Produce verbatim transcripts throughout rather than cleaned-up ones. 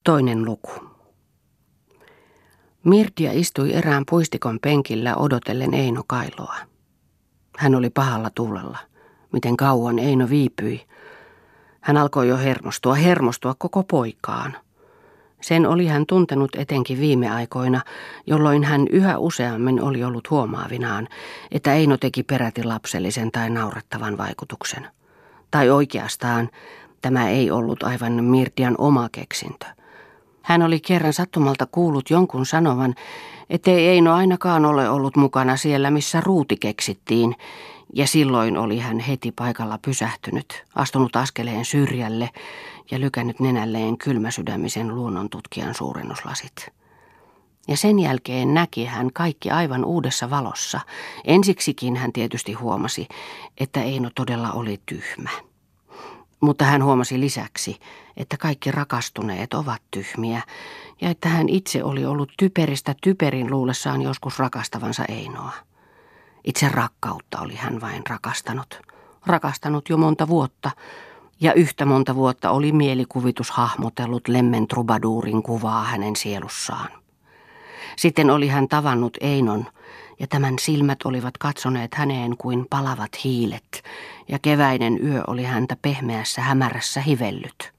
Toinen luku. Mirtia istui erään puistikon penkillä odotellen Eino Kailoa. Hän oli pahalla tuulella. Miten kauan Eino viipyi. Hän alkoi jo hermostua, hermostua koko poikaan. Sen oli hän tuntenut etenkin viime aikoina, jolloin hän yhä useammin oli ollut huomaavinaan, että Eino teki peräti lapsellisen tai naurettavan vaikutuksen. Tai oikeastaan tämä ei ollut aivan Mirtian oma keksintö. Hän oli kerran sattumalta kuullut jonkun sanovan, ettei Eino ainakaan ole ollut mukana siellä, missä ruuti keksittiin, ja silloin oli hän heti paikalla pysähtynyt, astunut askeleen syrjälle ja lykännyt nenälleen kylmäsydämisen luonnontutkijan suurennuslasit. Ja sen jälkeen näki hän kaikki aivan uudessa valossa. Ensiksikin hän tietysti huomasi, että Eino todella oli tyhmä. Mutta hän huomasi lisäksi, että kaikki rakastuneet ovat tyhmiä ja että hän itse oli ollut typeristä typerin luulessaan joskus rakastavansa Einoa. Itse rakkautta oli hän vain rakastanut. Rakastanut jo monta vuotta ja yhtä monta vuotta oli mielikuvitus hahmotellut lemmen trubaduurin kuvaa hänen sielussaan. Sitten oli hän tavannut Einon ja tämän silmät olivat katsoneet häneen kuin palavat hiilet ja keväinen yö oli häntä pehmeässä hämärässä hivellyt.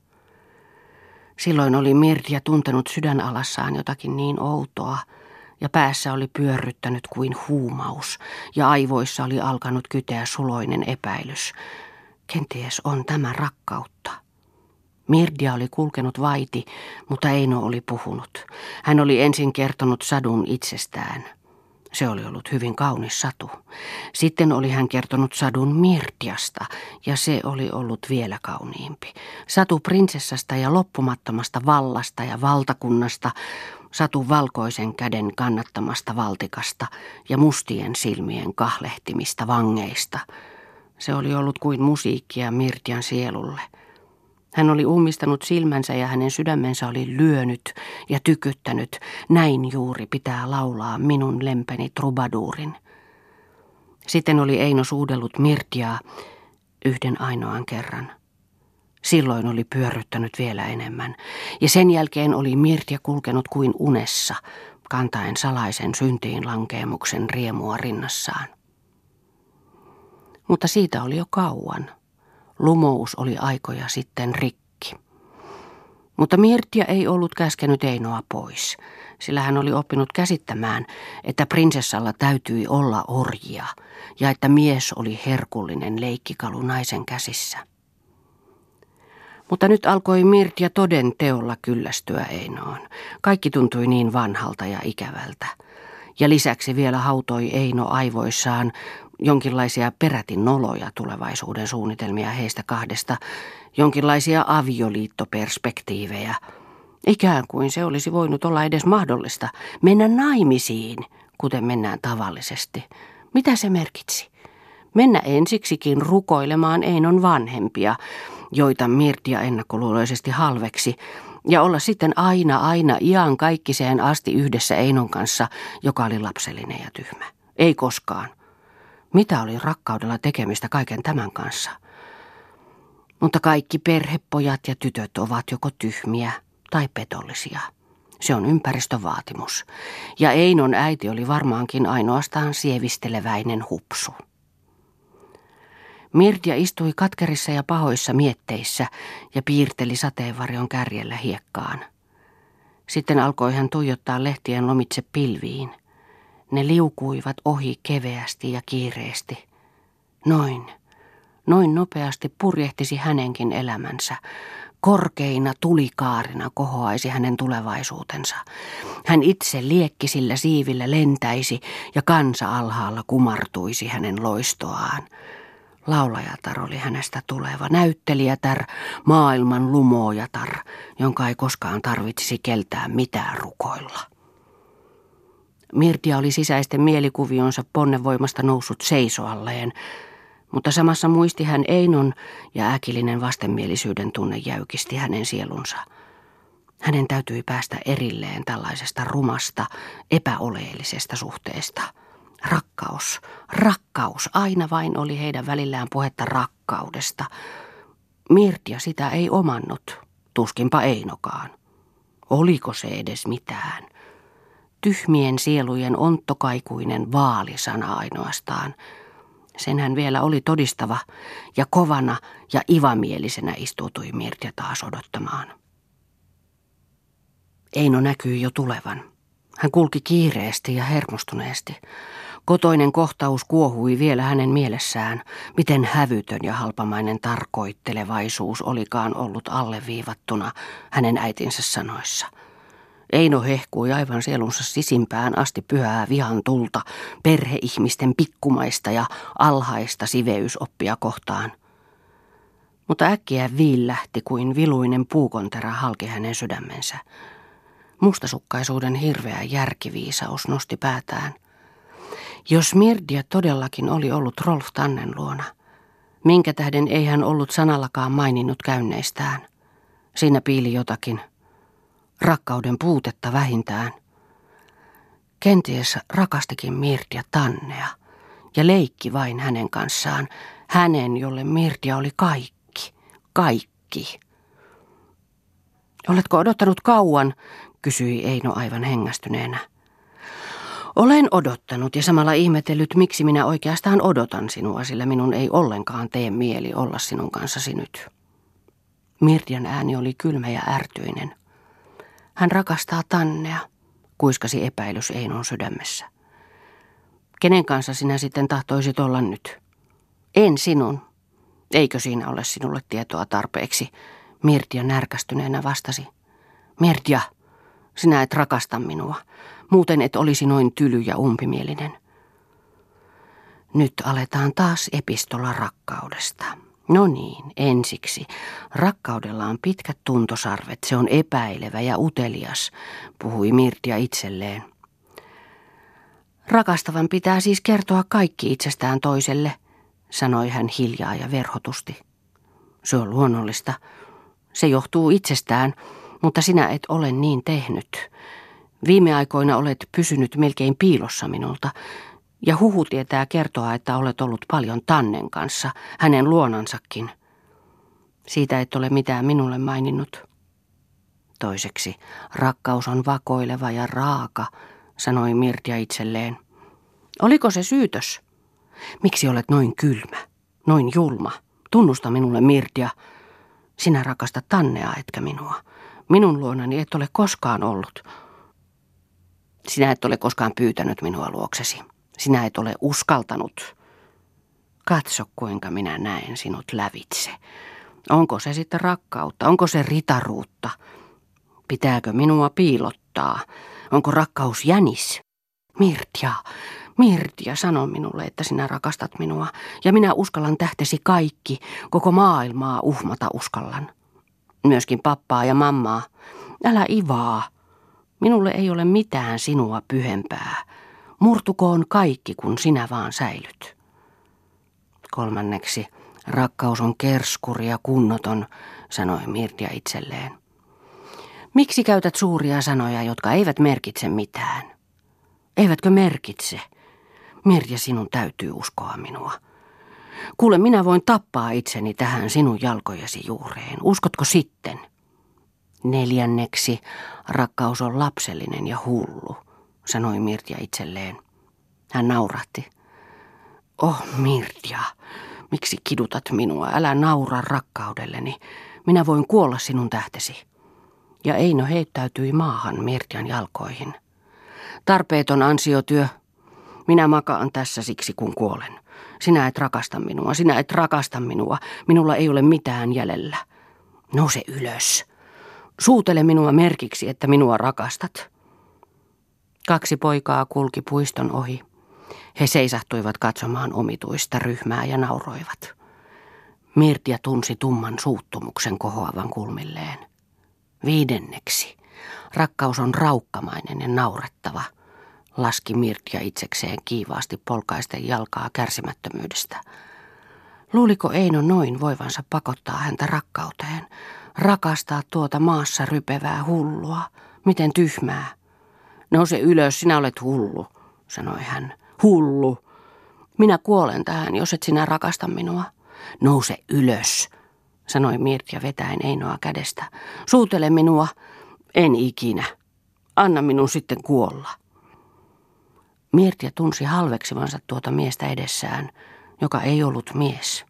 Silloin oli Mirtia tuntenut sydänalassaan jotakin niin outoa ja päässä oli pyörryttänyt kuin huumaus ja aivoissa oli alkanut kyteä suloinen epäilys. Kenties on tämä rakkautta. Mirtia oli kulkenut vaiti, mutta Eino oli puhunut. Hän oli ensin kertonut sadun itsestään. Se oli ollut hyvin kaunis satu. Sitten oli hän kertonut sadun Mirtiasta, ja se oli ollut vielä kauniimpi. Satu prinsessasta ja loppumattomasta vallasta ja valtakunnasta, satu valkoisen käden kannattamasta valtikasta ja mustien silmien kahlehtimista vangeista. Se oli ollut kuin musiikkia Mirtian sielulle. Hän oli ummistanut silmänsä ja hänen sydämensä oli lyönyt ja tykyttänyt. Näin juuri pitää laulaa minun lempeni trubaduurin. Sitten oli Eino suudellut Mirtiaa yhden ainoan kerran. Silloin oli pyörryttänyt vielä enemmän. Ja sen jälkeen oli Mirtia kulkenut kuin unessa, kantaen salaisen syntiin lankeemuksen riemua rinnassaan. Mutta siitä oli jo kauan. Lumous oli aikoja sitten rikki. Mutta Mirtia ei ollut käskenyt Einoa pois, sillä hän oli oppinut käsittämään, että prinsessalla täytyi olla orjia ja että mies oli herkullinen leikkikalu naisen käsissä. Mutta nyt alkoi Mirtia toden teolla kyllästyä Einoon. Kaikki tuntui niin vanhalta ja ikävältä. Ja lisäksi vielä hautoi Eino aivoissaan jonkinlaisia peräti noloja tulevaisuuden suunnitelmia heistä kahdesta, jonkinlaisia avioliittoperspektiivejä. Ikään kuin se olisi voinut olla edes mahdollista mennä naimisiin, kuten mennään tavallisesti. Mitä se merkitsi? Mennä ensiksikin rukoilemaan Einon vanhempia, joita Mirtia ennakkoluuloisesti halveksi, ja olla sitten aina aina iankaikkiseen asti yhdessä Einon kanssa, joka oli lapsellinen ja tyhmä. Ei koskaan. Mitä oli rakkaudella tekemistä kaiken tämän kanssa? Mutta kaikki perhepojat ja tytöt ovat joko tyhmiä tai petollisia. Se on ympäristön vaatimus. Ja Einon äiti oli varmaankin ainoastaan sievisteleväinen hupsu. Mirtia istui katkerissa ja pahoissa mietteissä ja piirteli sateenvarjon kärjellä hiekkaan. Sitten alkoi hän tuijottaa lehtien lomitse pilviin. Ne liukuivat ohi keveästi ja kiireesti. Noin, noin nopeasti purjehtisi hänenkin elämänsä. Korkeina tulikaarina kohoaisi hänen tulevaisuutensa. Hän itse liekkisillä siivillä lentäisi ja kansa alhaalla kumartuisi hänen loistoaan. Laulajatar oli hänestä tuleva, näyttelijätär, maailman lumoojatar, jonka ei koskaan tarvitsisi keltään mitään rukoilla. Mirtia oli sisäisten mielikuvionsa ponnevoimasta noussut seisoalleen, mutta samassa muisti hän Einon ja äkillinen vastenmielisyyden tunne jäykisti hänen sielunsa. Hänen täytyi päästä erilleen tällaisesta rumasta, epäoleellisesta suhteesta. Rakkaus, rakkaus, aina vain oli heidän välillään puhetta rakkaudesta. Mirtia sitä ei omannut, tuskinpa Einokaan. Oliko se edes mitään? Tyhmien sielujen onttokaikuinen vaalisana ainoastaan. Sen hän vielä oli todistava, ja kovana ja ivamielisenä istuutui Mirtja taas odottamaan. Eino näkyi jo tulevan. Hän kulki kiireesti ja hermostuneesti. Kotoinen kohtaus kuohui vielä hänen mielessään, miten hävytön ja halpamainen tarkoittelevaisuus olikaan ollut alleviivattuna hänen äitinsä sanoissa. Eino hehkui aivan sielunsa sisimpään asti pyhää vihan tulta, perheihmisten pikkumaista ja alhaista siveysoppia kohtaan. Mutta äkkiä viillähti kuin viluinen puukonterä halki hänen sydämensä. Mustasukkaisuuden hirveä järkiviisaus nosti päätään. Jos Mirdia todellakin oli ollut Rolf Tannen luona, minkä tähden ei hän ollut sanallakaan maininnut käynneistään? Siinä piili jotakin. Rakkauden puutetta vähintään. Kenties rakastikin Mirdia Tannea ja leikki vain hänen kanssaan, hänen, jolle Mirdia oli kaikki, kaikki. Oletko odottanut kauan, kysyi Eino aivan hengästyneenä. Olen odottanut ja samalla ihmetellyt, miksi minä oikeastaan odotan sinua, sillä minun ei ollenkaan tee mieli olla sinun kanssasi nyt. Mirdian ääni oli kylmä ja ärtyinen. Hän rakastaa Tannea, kuiskasi epäilys Einon sydämessä. Kenen kanssa sinä sitten tahtoisit olla nyt? En sinun. Eikö siinä ole sinulle tietoa tarpeeksi? Mirdia närkästyneenä vastasi. Mirdia, sinä et rakasta minua. Muuten et olisi noin tyly ja umpimielinen. Nyt aletaan taas epistola rakkaudesta. No niin, ensiksi. Rakkaudella on pitkät tuntosarvet, se on epäilevä ja utelias, puhui Mirdia itselleen. Rakastavan pitää siis kertoa kaikki itsestään toiselle, sanoi hän hiljaa ja verhotusti. Se on luonnollista. Se johtuu itsestään, mutta sinä et ole niin tehnyt. Viime aikoina olet pysynyt melkein piilossa minulta, ja huhu tietää kertoa, että olet ollut paljon Tannen kanssa, hänen luonansakin. Siitä et ole mitään minulle maininnut. Toiseksi, rakkaus on vakoileva ja raaka, sanoi Mirdia itselleen. Oliko se syytös? Miksi olet noin kylmä, noin julma? Tunnusta minulle, Mirdia. Sinä rakastat Tannea, etkä minua. Minun luonani et ole koskaan ollut. Sinä et ole koskaan pyytänyt minua luoksesi. Sinä et ole uskaltanut. Katso, kuinka minä näen sinut lävitse. Onko se sitten rakkautta? Onko se ritaruutta? Pitääkö minua piilottaa? Onko rakkaus jänis? Mirdia, Mirdia, sano minulle, että sinä rakastat minua. Ja minä uskallan tähtesi kaikki, koko maailmaa uhmata uskallan. Myöskin pappaa ja mammaa. Älä ivaa. Minulle ei ole mitään sinua pyhempää. Murtukoon kaikki, kun sinä vaan säilyt. Kolmanneksi, rakkaus on kerskuri ja kunnoton, sanoi Mirdia itselleen. Miksi käytät suuria sanoja, jotka eivät merkitse mitään? Eivätkö merkitse? Mirdia, sinun täytyy uskoa minua. Kuule, minä voin tappaa itseni tähän sinun jalkojesi juureen. Uskotko sitten? Neljänneksi, rakkaus on lapsellinen ja hullu, sanoi Mirdia itselleen. Hän naurahti. Oh, Mirdia, miksi kidutat minua? Älä naura rakkaudelleni. Minä voin kuolla sinun tähtesi. Ja Eino heittäytyi maahan Mirdian jalkoihin. Tarpeeton ansiotyö. Minä makaan tässä siksi, kun kuolen. Sinä et rakasta minua, sinä et rakasta minua. Minulla ei ole mitään jäljellä. Nouse ylös. Suutele minua merkiksi, että minua rakastat. Kaksi poikaa kulki puiston ohi. He seisahtuivat katsomaan omituista ryhmää ja nauroivat. Mirdia tunsi tumman suuttumuksen kohoavan kulmilleen. Viidenneksi. Rakkaus on raukkamainen ja naurettava, laski Mirdia itsekseen kiivaasti polkaisten jalkaa kärsimättömyydestä. Luuliko Eino noin voivansa pakottaa häntä rakkauteen? Rakastaa tuota maassa rypevää hullua. Miten tyhmää. Nouse ylös, sinä olet hullu, sanoi hän. Hullu. Minä kuolen tähän, jos et sinä rakasta minua. Nouse ylös, sanoi Mirdia vetäen Einoa kädestä. Suutele minua. En ikinä. Anna minun sitten kuolla. Mirtia tunsi halveksivansa tuota miestä edessään, joka ei ollut mies.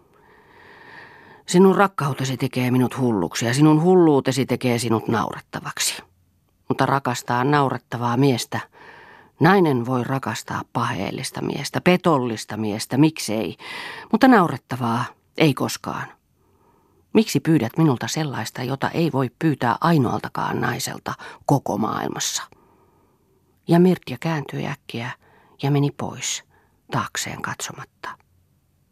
Sinun rakkautesi tekee minut hulluksi ja sinun hulluutesi tekee sinut naurettavaksi. Mutta rakastaa naurettavaa miestä. Nainen voi rakastaa paheellista miestä, petollista miestä, miksei, mutta naurettavaa ei koskaan. Miksi pyydät minulta sellaista, jota ei voi pyytää ainoaltakaan naiselta koko maailmassa? Ja Mirtia kääntyi äkkiä ja meni pois, taakseen katsomatta.